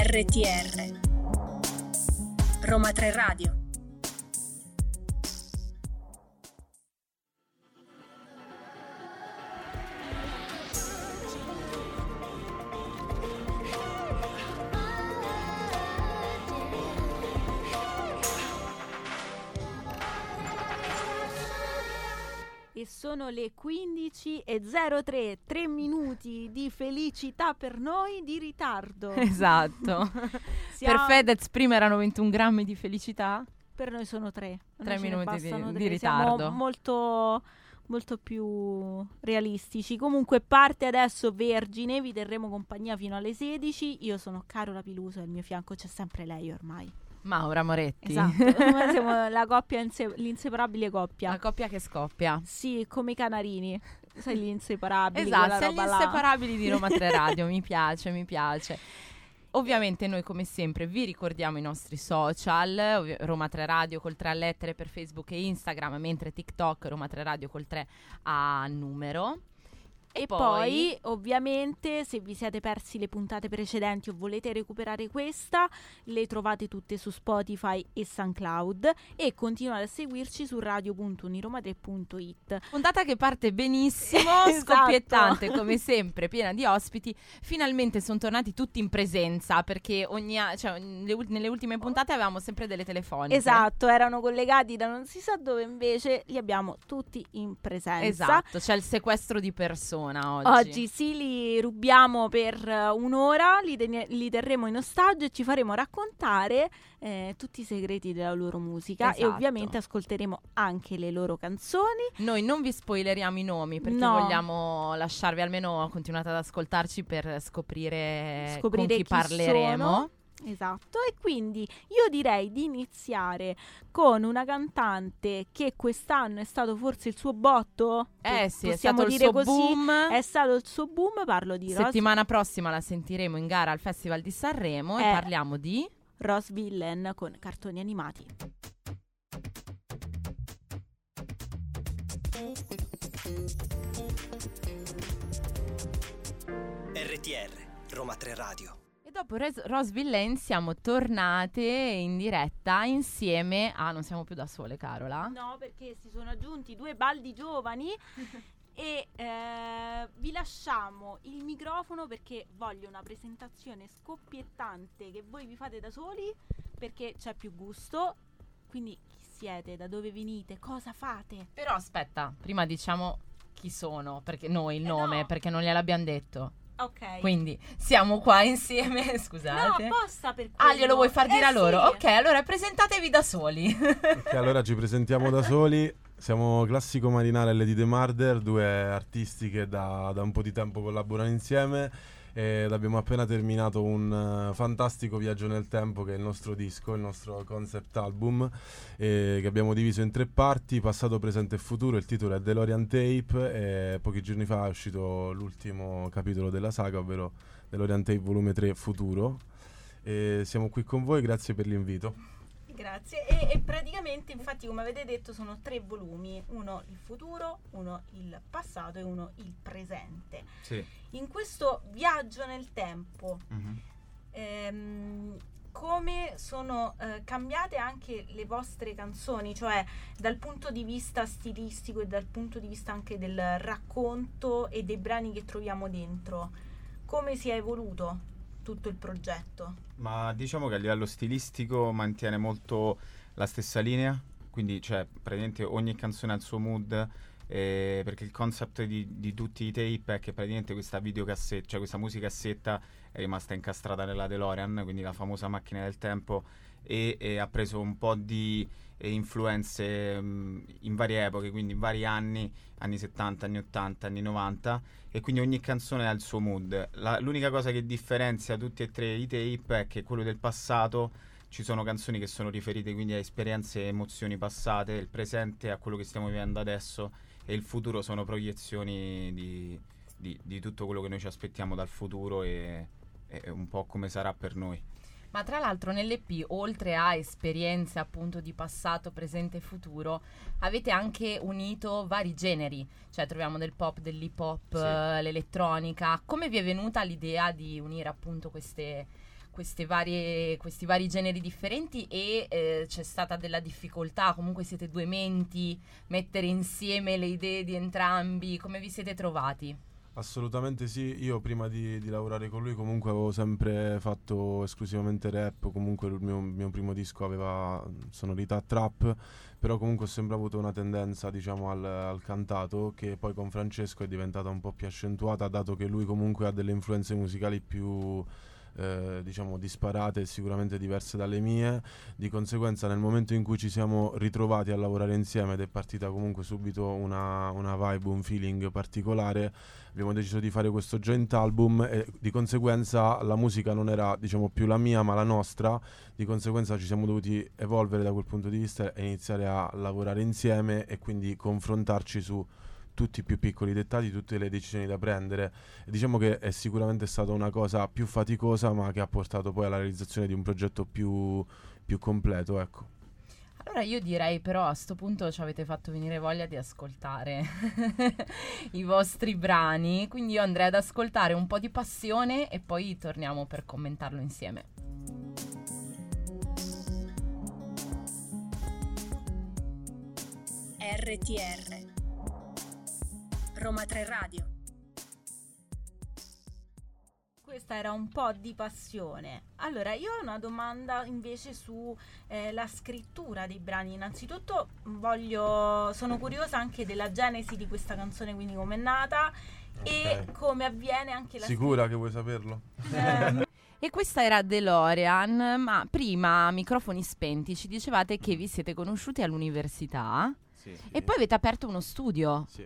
RTR Roma 3 Radio. E sono le 15:03, 3 minuti di felicità per noi di ritardo. Esatto. Per Fedez prima erano 21 grammi di felicità. Per noi sono 3. 3 minuti di ritardo. Siamo molto più realistici. Comunque parte adesso Vergine, vi terremo compagnia fino alle 16. Io sono Carola Piluso e al mio fianco c'è sempre lei ormai. Maura Moretti. Esatto, siamo la coppia, l'inseparabile coppia. La coppia che scoppia. Sì, come i canarini. Sai, gli inseparabili. Esatto, sei gli inseparabili di Roma 3 Radio. Mi piace. Ovviamente noi come sempre vi ricordiamo i nostri social, Roma 3 Radio col 3 a lettere per Facebook e Instagram, mentre TikTok Roma 3 Radio col 3 a numero. E poi ovviamente se vi siete persi le puntate precedenti o volete recuperare questa, le trovate tutte su Spotify e SoundCloud, e continuate a seguirci su radio.uniroma3.it. Puntata che parte benissimo, esatto. Scoppiettante come sempre, piena di ospiti. Finalmente sono tornati tutti in presenza, perché nelle ultime puntate avevamo sempre delle telefoniche. Esatto, erano collegati da non si sa dove, invece li abbiamo tutti in presenza. Esatto, c'è il sequestro di persona. Oggi sì, li rubiamo per un'ora, li terremo in ostaggio e ci faremo raccontare tutti i segreti della loro musica. Esatto. E ovviamente ascolteremo anche le loro canzoni. Noi non vi spoileriamo i nomi, perché vogliamo lasciarvi, almeno continuate ad ascoltarci per scoprire con chi parleremo. Sono. Esatto, e quindi io direi di iniziare con una cantante che quest'anno è stato forse il suo botto. Sì, è stato il suo boom. È stato il suo boom, parlo di settimana prossima la sentiremo in gara al Festival di Sanremo e parliamo di Rose Villain con Cartoni Animati. RTR Roma 3 Radio. E dopo Rose Villain siamo tornate in diretta insieme a... Non siamo più da sole, Carola? No, perché si sono aggiunti 2 baldi giovani e vi lasciamo il microfono perché voglio una presentazione scoppiettante che voi vi fate da soli, perché c'è più gusto. Quindi chi siete, da dove venite, cosa fate? Però aspetta, prima diciamo chi sono, perché noi il nome, no. Perché non gliel'abbiamo detto. Ok. Quindi siamo qua insieme, scusate. No, apposta per quello. Glielo vuoi far dire a loro? Sì. Ok, allora presentatevi da soli. Ok, allora ci presentiamo da soli. Siamo Classico Marinare e Lady The Murder, 2 artisti che da un po' di tempo collaborano insieme, ed abbiamo appena terminato un fantastico viaggio nel tempo, che è il nostro disco, il nostro concept album, che abbiamo diviso in 3 parti: passato, presente e futuro. Il titolo è DeLorean Tape, e pochi giorni fa è uscito l'ultimo capitolo della saga, ovvero DeLorean Tape volume 3 Futuro, e siamo qui con voi, grazie per l'invito. Grazie. E praticamente, infatti, come avete detto, sono 3 volumi: uno il futuro, uno il passato e uno il presente. Sì. In questo viaggio nel tempo, come sono cambiate anche le vostre canzoni, cioè dal punto di vista stilistico e dal punto di vista anche del racconto e dei brani che troviamo dentro, come si è evoluto tutto il progetto? Ma diciamo che a livello stilistico mantiene molto la stessa linea, quindi cioè praticamente ogni canzone ha il suo mood, perché il concept di tutti i tape è che praticamente questa videocassetta, cioè questa musicassetta, è rimasta incastrata nella DeLorean, quindi la famosa macchina del tempo, e ha preso un po' di influenze in varie epoche, quindi in vari anni 70, anni 80, anni 90, e quindi ogni canzone ha il suo mood. L'unica cosa che differenzia tutti e 3 i tape è che quello del passato ci sono canzoni che sono riferite quindi a esperienze e emozioni passate, il presente a quello che stiamo vivendo adesso, e il futuro sono proiezioni di tutto quello che noi ci aspettiamo dal futuro e un po' come sarà per noi. Ma tra l'altro nell'EP, oltre a esperienze appunto di passato, presente e futuro, avete anche unito vari generi, cioè troviamo del pop, dell'hip hop, sì, l'elettronica. Come vi è venuta l'idea di unire appunto queste questi vari generi differenti e c'è stata della difficoltà, comunque siete due menti, mettere insieme le idee di entrambi, come vi siete trovati? Assolutamente sì, io prima di lavorare con lui comunque avevo sempre fatto esclusivamente rap, comunque il mio primo disco aveva sonorità trap, però comunque ho sempre avuto una tendenza diciamo al cantato, che poi con Francesco è diventata un po' più accentuata, dato che lui comunque ha delle influenze musicali più diciamo disparate e sicuramente diverse dalle mie. Di conseguenza nel momento in cui ci siamo ritrovati a lavorare insieme ed è partita comunque subito una vibe, un feeling particolare, abbiamo deciso di fare questo joint album e di conseguenza la musica non era diciamo più la mia ma la nostra, di conseguenza ci siamo dovuti evolvere da quel punto di vista e iniziare a lavorare insieme e quindi confrontarci su tutti i più piccoli dettagli, tutte le decisioni da prendere. E diciamo che è sicuramente stata una cosa più faticosa ma che ha portato poi alla realizzazione di un progetto più completo, ecco. Allora io direi però a sto punto ci avete fatto venire voglia di ascoltare i vostri brani, quindi io andrei ad ascoltare un po' di Passione e poi torniamo per commentarlo insieme. RTR Roma 3 Radio. Questa era un po' di Passione. Allora, io ho una domanda invece su la scrittura dei brani. Innanzitutto sono curiosa anche della genesi di questa canzone, quindi come è nata e come avviene anche la Sicura che vuoi saperlo? E questa era DeLorean, ma prima, a microfoni spenti, ci dicevate che vi siete conosciuti all'università e poi avete aperto uno studio. Sì.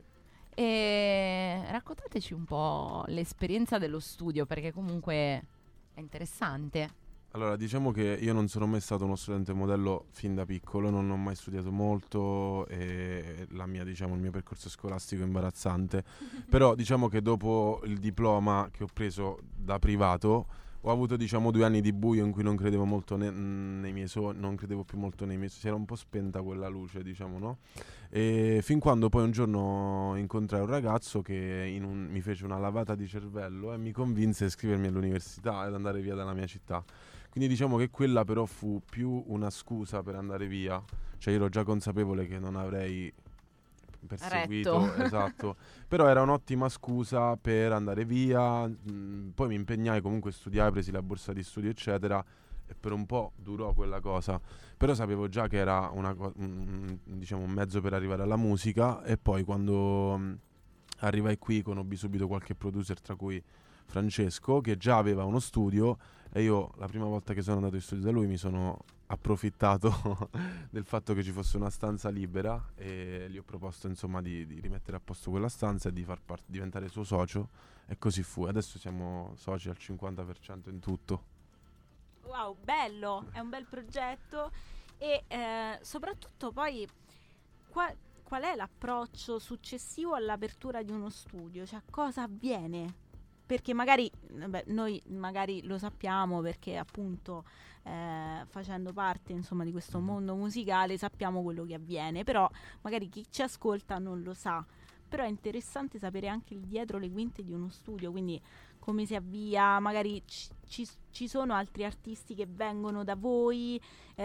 E raccontateci un po' l'esperienza dello studio, perché comunque è interessante. Allora, diciamo che io non sono mai stato uno studente modello fin da piccolo, non ho mai studiato molto e il mio percorso scolastico è imbarazzante. Però diciamo che dopo il diploma che ho preso da privato ho avuto diciamo 2 anni di buio in cui non credevo molto nei miei sogni, non credevo più molto nei miei sogni, si era un po' spenta quella luce, diciamo, no? E fin quando poi un giorno incontrai un ragazzo che mi fece una lavata di cervello e mi convinse a iscrivermi all'università ed andare via dalla mia città. Quindi diciamo che quella però fu più una scusa per andare via, cioè io ero già consapevole che non avrei perseguito, esatto, però era un'ottima scusa per andare via. Poi mi impegnai, comunque studiai, presi la borsa di studio eccetera e per un po' durò quella cosa, però sapevo già che era diciamo un mezzo per arrivare alla musica. E poi quando arrivai qui conobbi subito qualche producer, tra cui Francesco, che già aveva uno studio, e io la prima volta che sono andato in studio da lui mi sono approfittato del fatto che ci fosse una stanza libera e gli ho proposto insomma di rimettere a posto quella stanza e di diventare suo socio, e così fu. Adesso siamo soci al 50% in tutto. Wow, bello, è un bel progetto. E soprattutto poi qual è l'approccio successivo all'apertura di uno studio? Cioè cosa avviene? Perché magari noi magari lo sappiamo perché appunto facendo parte insomma di questo mondo musicale sappiamo quello che avviene, però magari chi ci ascolta non lo sa. Però è interessante sapere anche il dietro le quinte di uno studio, quindi come si avvia, magari ci sono altri artisti che vengono da voi,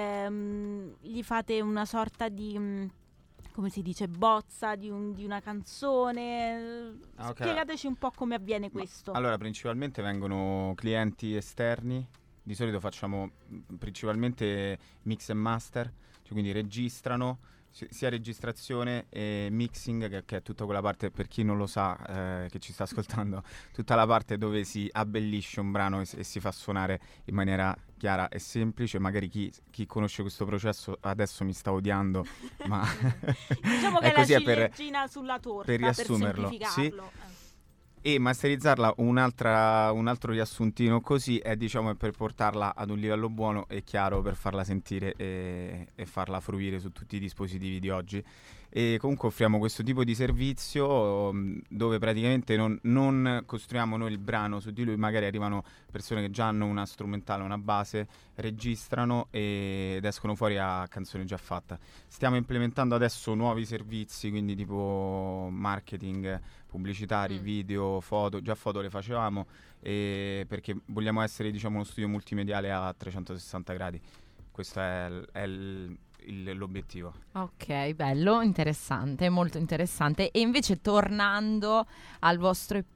gli fate una sorta di come si dice, bozza di una canzone. Okay. Spiegateci un po' come avviene questo. Allora, principalmente vengono clienti esterni. Di solito facciamo principalmente mix e master, cioè quindi registrano, sia registrazione e mixing, che è tutta quella parte, per chi non lo sa, che ci sta ascoltando, tutta la parte dove si abbellisce un brano e si fa suonare in maniera chiara e semplice. Magari chi conosce questo processo adesso mi sta odiando, ma diciamo che è la ciliegina sulla torta, per riassumerlo, per semplificarlo. Sì. E masterizzarla, un altro riassuntino così, è diciamo per portarla ad un livello buono e chiaro, per farla sentire e farla fruire su tutti i dispositivi di oggi. E comunque offriamo questo tipo di servizio dove praticamente non costruiamo noi il brano su di lui, magari arrivano persone che già hanno una strumentale, una base, registrano ed escono fuori a canzone già fatta. Stiamo implementando adesso nuovi servizi, quindi tipo marketing, pubblicitari, video, foto, già foto le facevamo, perché vogliamo essere, diciamo, uno studio multimediale a 360 gradi. Questo è l'obiettivo. Ok, bello, interessante, molto interessante. E invece tornando al vostro EP,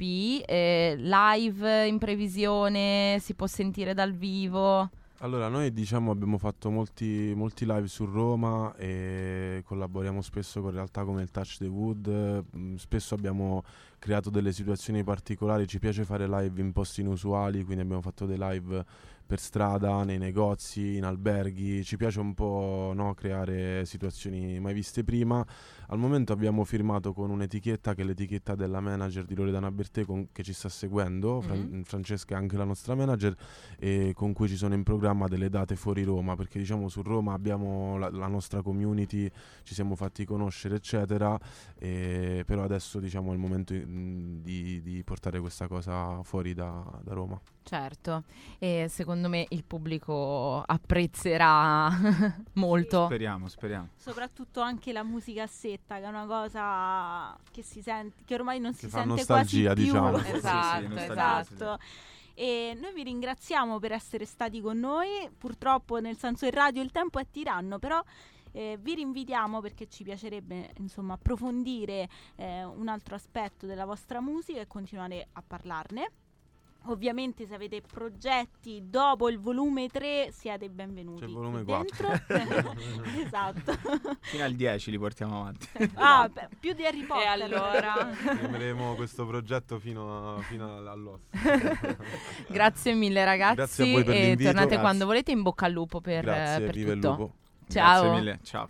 live in previsione, si può sentire dal vivo? Allora, noi diciamo abbiamo fatto molti live su Roma e collaboriamo spesso con realtà come il Touch the Wood. Spesso abbiamo creato delle situazioni particolari, ci piace fare live in posti inusuali, quindi abbiamo fatto dei live per strada, nei negozi, in alberghi. Ci piace un po', no, creare situazioni mai viste prima. Al momento abbiamo firmato con un'etichetta che è l'etichetta della manager di Loredana Bertè, che ci sta seguendo. Francesca è anche la nostra manager, e con cui ci sono in programma delle date fuori Roma, perché diciamo su Roma abbiamo la nostra community, ci siamo fatti conoscere eccetera, però adesso diciamo è il momento di portare questa cosa fuori da Roma. Certo, e secondo me il pubblico apprezzerà molto. Speriamo. Soprattutto anche la musicassetta, che è una cosa che si sente, che ormai non si fa sente nostalgia, quasi più. diciamo. Esatto, Esatto. E noi vi ringraziamo per essere stati con noi. Purtroppo, nel senso, in radio il tempo è tiranno, però vi rinvitiamo, perché ci piacerebbe insomma approfondire un altro aspetto della vostra musica e continuare a parlarne. Ovviamente se avete progetti dopo il volume 3 siete benvenuti. C'è il volume dentro. 4. Esatto. Fino al 10 li portiamo avanti. Più di Harry Potter. E allora Firmeremo questo progetto fino all'osso. grazie mille ragazzi. Grazie a voi per e l'invito. tornate Grazie. quando volete. In bocca al lupo per Grazie, per viva il tutto. lupo. Ciao. Grazie mille, ciao.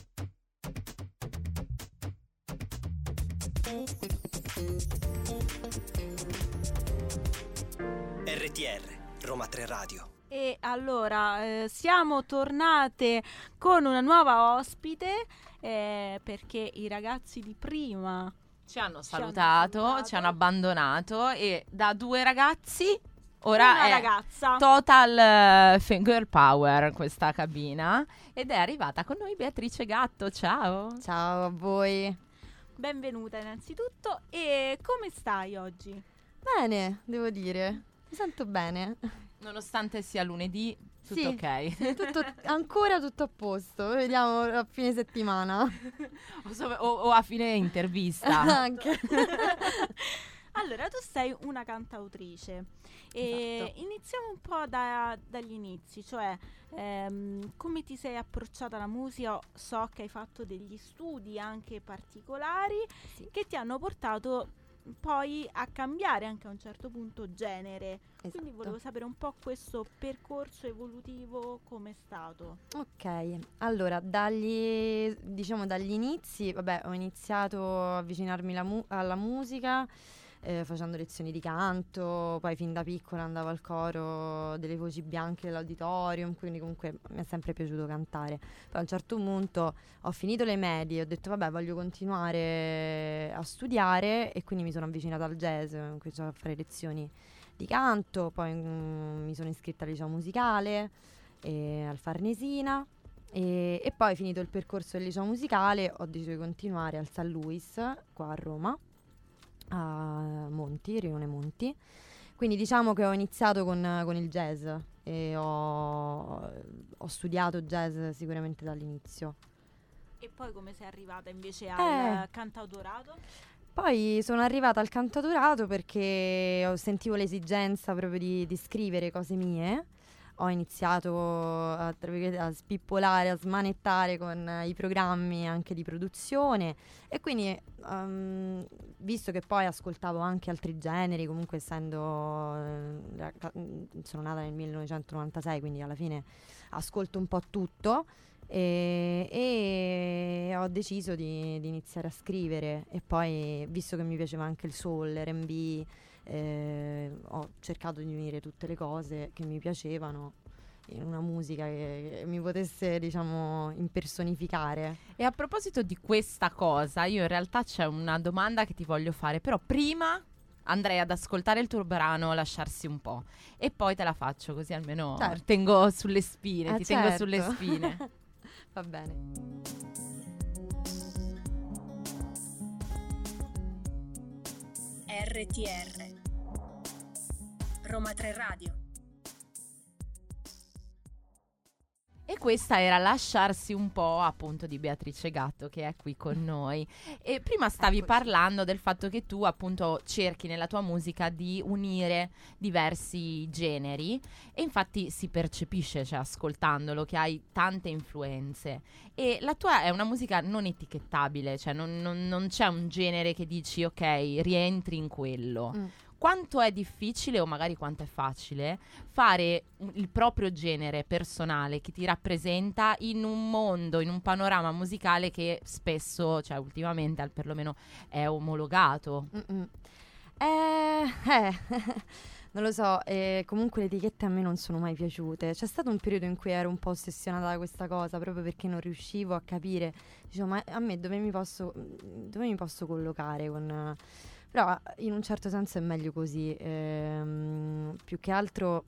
RTR, Roma 3 Radio. E allora siamo tornate con una nuova ospite, perché i ragazzi di prima Ci hanno salutato, ci hanno abbandonato, e da due ragazzi ora una è ragazza. total girl power questa cabina, ed è arrivata con noi Beatrice Gatto. Ciao. Ciao a voi. Benvenuta innanzitutto. E come stai oggi? Bene, devo dire. Mi sento bene. Nonostante sia lunedì, tutto Sì. ok. Ancora tutto a posto. Vediamo a fine settimana. o a fine intervista. Anche. Allora, tu sei una cantautrice e Esatto. iniziamo un po' dagli inizi, cioè come ti sei approcciata alla musica. So che hai fatto degli studi anche particolari Sì. che ti hanno portato poi a cambiare anche a un certo punto genere. Quindi Esatto. volevo sapere un po' questo percorso evolutivo com'è stato. Ok, allora dagli inizi, vabbè, ho iniziato a avvicinarmi alla musica facendo lezioni di canto, poi fin da piccola andavo al coro delle voci bianche dell'auditorium, quindi comunque mi è sempre piaciuto cantare. Poi a un certo punto ho finito le medie, ho detto vabbè, voglio continuare a studiare, e quindi mi sono avvicinata al jazz, ho cominciato a fare lezioni di canto, poi mi sono iscritta al liceo musicale al Farnesina, e poi finito il percorso del liceo musicale ho deciso di continuare al San Luis qua a Roma, a Monti, Rione Monti. Quindi diciamo che ho iniziato con il jazz e ho studiato jazz sicuramente dall'inizio. E poi come sei arrivata invece al cantautorato? Poi sono arrivata al cantautorato perché sentivo l'esigenza proprio di scrivere cose mie. Ho iniziato a spippolare, a smanettare con i programmi anche di produzione, e quindi visto che poi ascoltavo anche altri generi, comunque essendo sono nata nel 1996, quindi alla fine ascolto un po' tutto, e ho deciso di iniziare a scrivere. E poi, visto che mi piaceva anche il soul, l'R&B, ho cercato di unire tutte le cose che mi piacevano, in una musica che mi potesse, diciamo, impersonificare. E a proposito di questa cosa, io in realtà c'è una domanda che ti voglio fare, però prima andrei ad ascoltare il tuo brano Lasciarsi un po' e poi te la faccio, così almeno Certo. tengo sulle spine, ti tengo Certo. sulle spine. Va bene. RTR Roma 3 Radio. E questa era Lasciarsi un po', appunto, di Beatrice Gatto, che è qui con noi. E prima stavi Eccoci. parlando del fatto che tu, appunto, cerchi nella tua musica di unire diversi generi e infatti si percepisce, cioè ascoltandolo, che hai tante influenze. E la tua è una musica non etichettabile, cioè non c'è un genere che dici ok, rientri in quello. Quanto è difficile o magari quanto è facile fare il proprio genere personale che ti rappresenta in un mondo, in un panorama musicale che spesso, cioè ultimamente perlomeno è omologato? Non lo so, comunque le etichette a me non sono mai piaciute. C'è stato un periodo in cui ero un po' ossessionata da questa cosa, proprio perché non riuscivo a capire, dicevo, ma a me dove mi posso collocare con... Però in un certo senso è meglio così, più che altro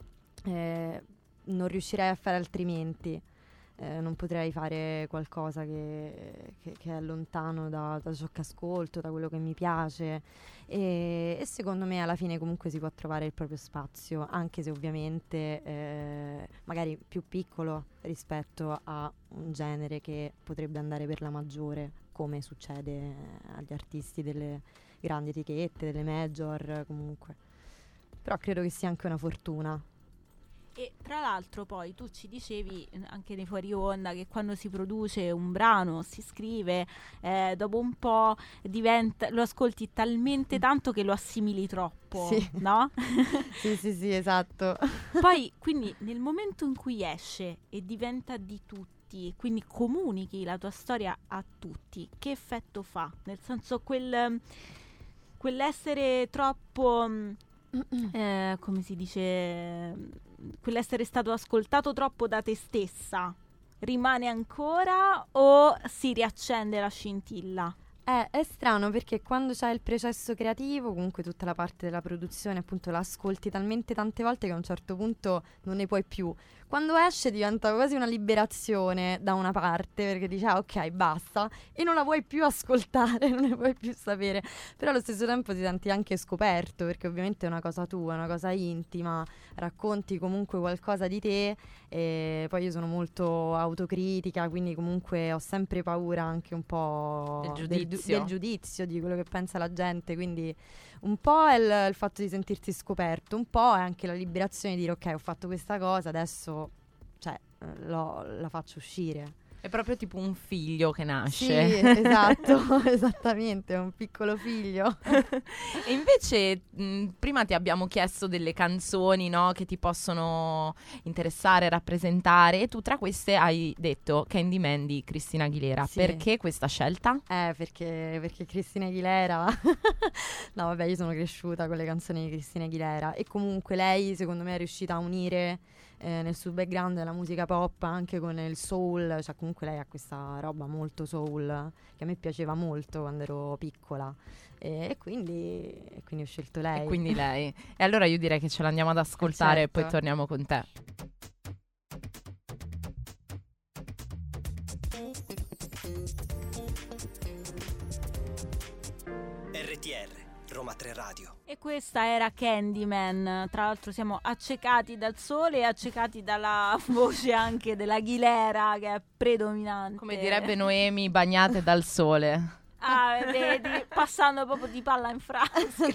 non riuscirei a fare altrimenti, non potrei fare qualcosa che è lontano da ciò che ascolto, da quello che mi piace e secondo me alla fine comunque si può trovare il proprio spazio, anche se ovviamente magari più piccolo rispetto a un genere che potrebbe andare per la maggiore, come succede agli artisti delle grandi etichette, delle major comunque. Però credo che sia anche una fortuna. E tra l'altro poi tu ci dicevi anche nei fuori onda che quando si produce un brano, si scrive, dopo un po' lo ascolti talmente tanto che lo assimili troppo, Sì. no? Sì, esatto. Poi quindi nel momento in cui esce e diventa di tutti, quindi comunichi la tua storia a tutti, che effetto fa? Nel senso quell'essere troppo, come si dice, quell'essere stato ascoltato troppo da te stessa, rimane ancora o si riaccende la scintilla? È strano perché quando c'è il processo creativo, comunque tutta la parte della produzione, appunto l'ascolti talmente tante volte che a un certo punto non ne puoi più. Quando esce diventa quasi una liberazione da una parte, perché dici ok, basta, e non la vuoi più ascoltare, non ne vuoi più sapere. Però allo stesso tempo ti senti anche scoperto, perché ovviamente è una cosa tua, è una cosa intima, racconti comunque qualcosa di te. E poi io sono molto autocritica, quindi comunque ho sempre paura anche un po' Del giudizio. del giudizio, di quello che pensa la gente, quindi un po' è il fatto di sentirsi scoperto, un po' è anche la liberazione di dire ok, ho fatto questa cosa, adesso cioè, la faccio uscire. È proprio tipo un figlio che Sì, nasce. esatto, esattamente, è un piccolo figlio. E invece prima ti abbiamo chiesto delle canzoni, no, che ti possono interessare, rappresentare, e tu tra queste hai detto Candyman di Christina Aguilera. Sì. Perché questa scelta? Perché Christina Aguilera no vabbè, io sono cresciuta con le canzoni di Christina Aguilera e comunque lei secondo me è riuscita a unire nel suo background la musica pop anche con il soul, cioè comunque lei ha questa roba molto soul che a me piaceva molto quando ero piccola e quindi ho scelto lei. E quindi lei. E allora io direi che ce l'andiamo ad ascoltare Certo. e poi torniamo con te. RTR Roma 3 Radio. E questa era Candyman. Tra l'altro siamo accecati dal sole e accecati dalla voce anche dell'Aguilera che è predominante. Come direbbe Noemi, bagnate dal sole. Ah, vedi, passando proprio di palla in frasca.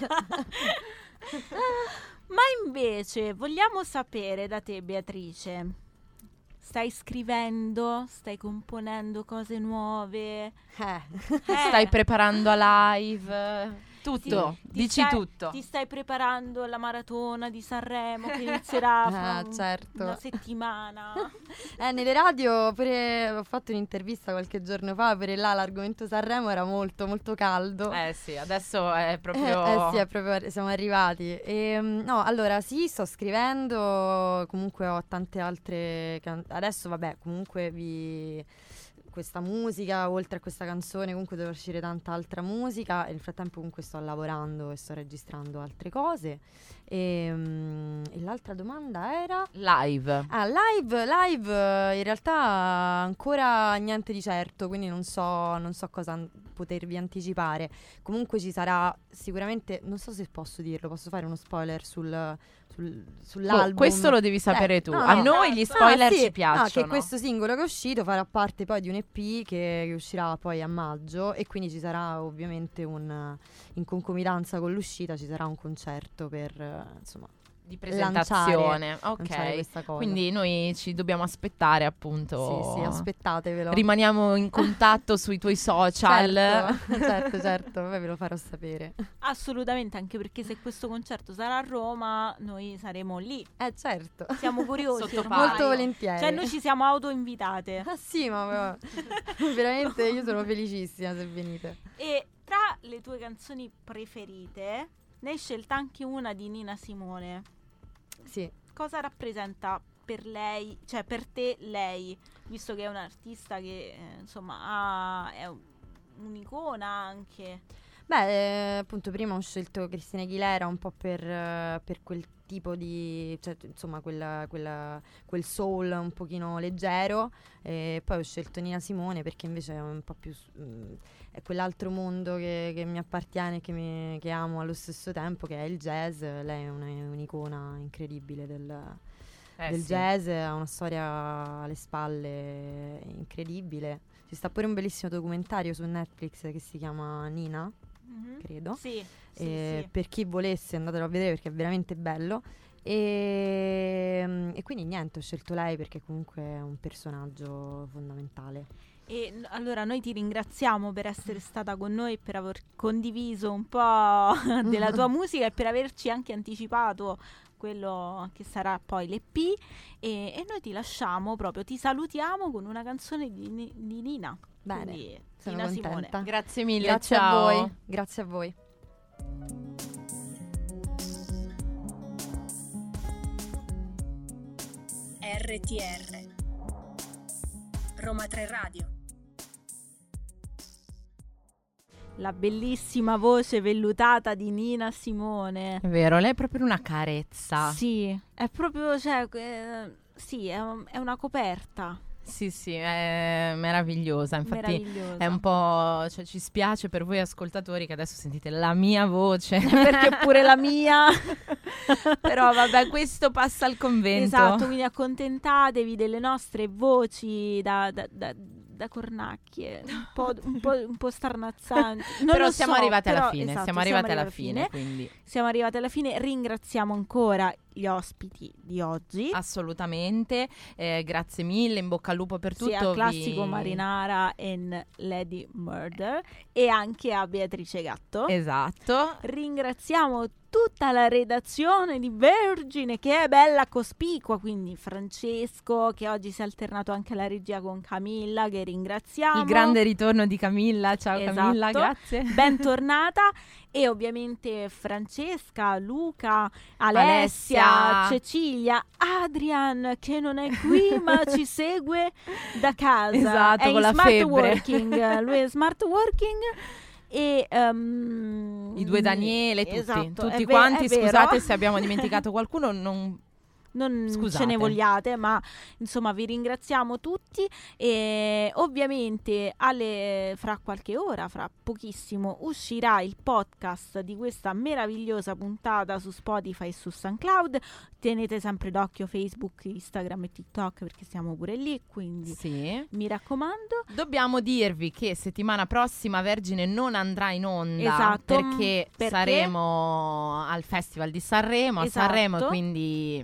Ma invece vogliamo sapere da te, Beatrice, stai scrivendo, stai componendo cose nuove? Stai preparando a live? Tutto, dici tutto. Ti stai preparando alla maratona di Sanremo che inizierà fra certo. una settimana. Nelle radio pure ho fatto un'intervista qualche giorno fa, per là l'argomento Sanremo era molto molto caldo. Sì, adesso è proprio... sì, è proprio, siamo arrivati. No, allora sì, sto scrivendo, comunque ho tante altre adesso vabbè, comunque questa musica, oltre a questa canzone comunque deve uscire tanta altra musica e nel frattempo comunque sto lavorando e sto registrando altre cose. E l'altra domanda era? Live. Live in realtà ancora niente di certo, quindi non so cosa potervi anticipare. Comunque ci sarà sicuramente, non so se posso dirlo, posso fare uno spoiler sull'album. Questo lo devi sapere tu. No, A no. noi gli spoiler sì, ci piacciono. che questo singolo che è uscito farà parte poi di un EP che uscirà poi a maggio e quindi ci sarà ovviamente in concomitanza con l'uscita ci sarà un concerto per insomma di presentazione. lanciare questa cosa. Quindi noi ci dobbiamo aspettare, appunto. Sì, aspettatevelo. Rimaniamo in contatto sui tuoi social. Certo, poi ve lo farò sapere. Assolutamente, anche perché se questo concerto sarà a Roma, noi saremo lì. Certo. Siamo curiosi. Sotto ormai. Molto volentieri. Cioè, noi ci siamo autoinvitate. Sì, ma veramente io sono felicissima se venite. E tra le tue canzoni preferite ne hai scelta anche una di Nina Simone. Sì. Cosa rappresenta per lei, cioè per te lei, visto che è un'artista che insomma è un'icona anche? Beh, appunto prima ho scelto Christina Aguilera un po' per quel tipo di, cioè, insomma quel soul un pochino leggero, e poi ho scelto Nina Simone perché invece è un po' più è quell'altro mondo che mi appartiene e che amo allo stesso tempo, che è il jazz. Lei è un'icona incredibile del Sì. jazz, ha una storia alle spalle incredibile. Ci sta pure un bellissimo documentario su Netflix che si chiama Nina, credo. Sì. Per chi volesse andatelo a vedere perché è veramente bello. E quindi niente, ho scelto lei perché comunque è un personaggio fondamentale. E allora noi ti ringraziamo per essere stata con noi e per aver condiviso un po' della tua musica e per averci anche anticipato quello che sarà poi l'EP, e noi ti lasciamo proprio, ti salutiamo con una canzone di Nina. Bene, quindi, sono Nina contenta. Simone. Grazie mille, Grazie ciao. a voi. Grazie a voi. RTR Roma 3 Radio. La bellissima voce vellutata di Nina Simone. È vero, lei è proprio una carezza. Sì, è proprio, cioè, sì, è una coperta. Sì, è meravigliosa. Infatti Meravigliosa. è un po', cioè, ci spiace per voi ascoltatori che adesso sentite la mia voce. Perché pure la mia. Però vabbè, questo passa al convento. Esatto, quindi accontentatevi delle nostre voci da cornacchie, un po' starnazzanti. Non Però lo siamo so, arrivate alla però, fine, esatto, siamo arrivate alla fine, quindi siamo arrivate alla fine. Ringraziamo ancora gli ospiti di oggi. assolutamente, grazie mille, in bocca al lupo per tutto. Sì, a Classico Marinara e Lady Murder e anche a Beatrice Gatto. Esatto. Ringraziamo tutta la redazione di Vergine che è bella cospicua, quindi Francesco che oggi si è alternato anche alla regia con Camilla, che ringraziamo. Il grande ritorno di Camilla, ciao Esatto. Camilla, grazie. Bentornata. E ovviamente Francesca, Luca, Alessia, Cecilia, Adrian che non è qui ma ci segue da casa. Esatto, è con la smart febbre. working. Lui è smart working. E I due Daniele, tutti, esatto, tutti è quanti, è vero. scusate se abbiamo dimenticato qualcuno, non ce ne vogliate, ma insomma vi ringraziamo tutti e ovviamente fra qualche ora, fra pochissimo, uscirà il podcast di questa meravigliosa puntata su Spotify e su SoundCloud. Tenete sempre d'occhio Facebook, Instagram e TikTok perché siamo pure lì, quindi Sì. mi raccomando. Dobbiamo dirvi che settimana prossima Vergine non andrà in onda, Esatto, perché saremo al Festival di Sanremo, Esatto. a Sanremo, quindi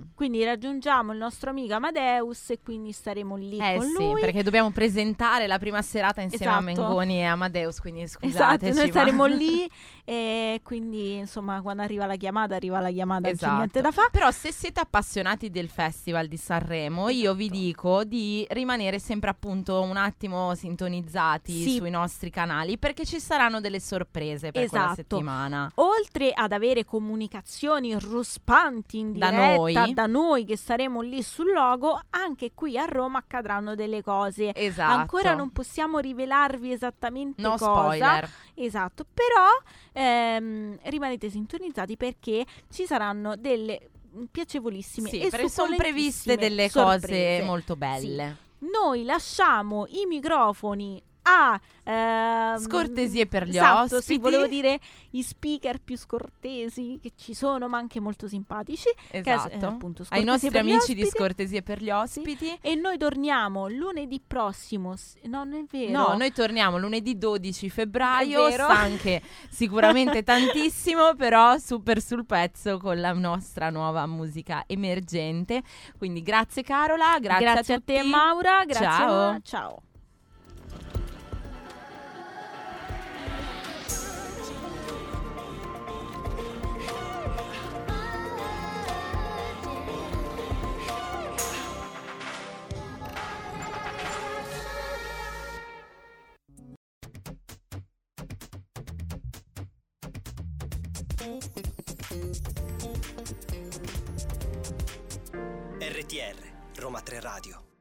raggiungiamo il nostro amico Amadeus e quindi staremo lì con sì, lui. perché dobbiamo presentare la prima serata insieme a Esatto. Mengoni e Amadeus, quindi Esatto, scusateci. noi ma- saremo lì e quindi insomma quando arriva la chiamata, non c'è niente da fare. Però se siete appassionati del Festival di Sanremo, io vi dico di rimanere sempre appunto un attimo sintonizzati Sì. sui nostri canali, perché ci saranno delle sorprese per quella Esatto. settimana. Oltre ad avere comunicazioni ruspanti in Da diretta noi. da noi che saremo lì sul logo, anche qui a Roma accadranno delle cose. Esatto. Ancora non possiamo rivelarvi esattamente No cosa. spoiler. Esatto, però rimanete sintonizzati perché ci saranno delle piacevolissime Sì, e perché sono previste succulentissime delle sorprese. cose molto belle. Noi lasciamo i microfoni a Scortesie per gli esatto, ospiti. sì, volevo dire i speaker più scortesi che ci sono, ma anche molto simpatici. Esatto. Appunto, Ai scortesie nostri per gli amici di ospiti. Scortesie per gli ospiti. E noi torniamo lunedì prossimo. No, non è vero. No, noi torniamo lunedì 12 febbraio, È vero. stanche sicuramente tantissimo, però super sul pezzo con la nostra nuova musica emergente. Quindi grazie Carola, grazie a te tutti. Maura, grazie Ciao. ciao. RTR, Roma 3 Radio.